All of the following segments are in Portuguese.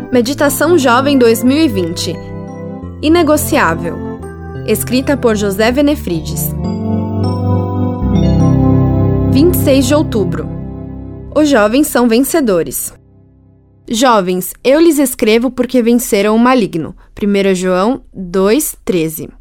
Meditação Jovem 2020. Inegociável. Escrita por José Venefrides. 26 de outubro. Os jovens são vencedores. Jovens, eu lhes escrevo porque venceram o maligno. 1 João 2,13.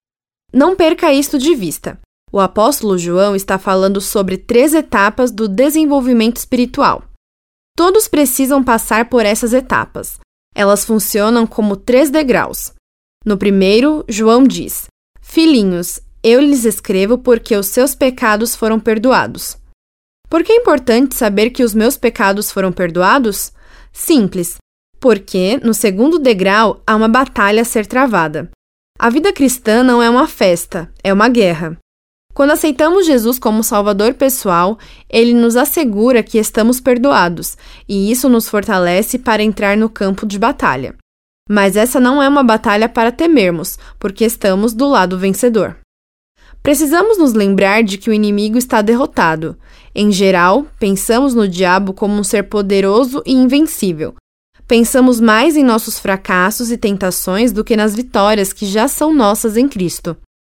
Não perca isto de vista. O apóstolo João está falando sobre 3 etapas do desenvolvimento espiritual. Todos precisam passar por essas etapas. Elas funcionam como 3 degraus. No primeiro, João diz: Filhinhos, eu lhes escrevo porque os seus pecados foram perdoados. Por que é importante saber que os meus pecados foram perdoados? Simples, porque no segundo degrau há uma batalha a ser travada. A vida cristã não é uma festa, é uma guerra. Quando aceitamos Jesus como Salvador pessoal, Ele nos assegura que estamos perdoados, e isso nos fortalece para entrar no campo de batalha. Mas essa não é uma batalha para temermos, porque estamos do lado vencedor. Precisamos nos lembrar de que o inimigo está derrotado. Em geral, pensamos no diabo como um ser poderoso e invencível. Pensamos mais em nossos fracassos e tentações do que nas vitórias que já são nossas em Cristo.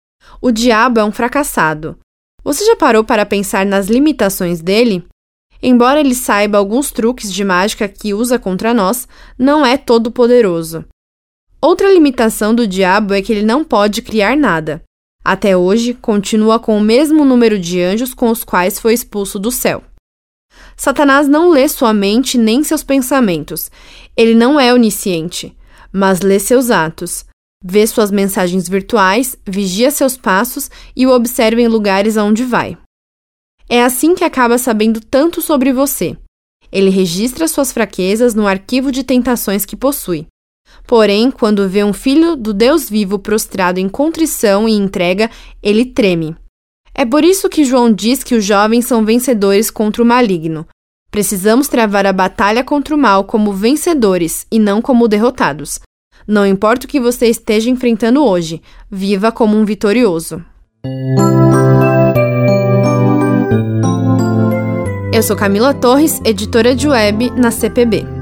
O diabo é um fracassado. Você já parou para pensar nas limitações dele? Embora ele saiba alguns truques de mágica que usa contra nós, não é todo poderoso. Outra limitação do diabo é que ele não pode criar nada. Até hoje, continua com o mesmo número de anjos com os quais foi expulso do céu. Satanás não lê sua mente nem seus pensamentos. Ele não é onisciente, mas lê seus atos. Vê suas mensagens virtuais, vigia seus passos e o observa em lugares aonde vai. É assim que acaba sabendo tanto sobre você. Ele registra suas fraquezas no arquivo de tentações que possui. Porém, quando vê um filho do Deus vivo prostrado em contrição e entrega, ele treme. É por isso que João diz que os jovens são vencedores contra o maligno. Precisamos travar a batalha contra o mal como vencedores e não como derrotados. Não importa o que você esteja enfrentando hoje, viva como um vitorioso. Eu sou Camila Torres, editora de web na CPB.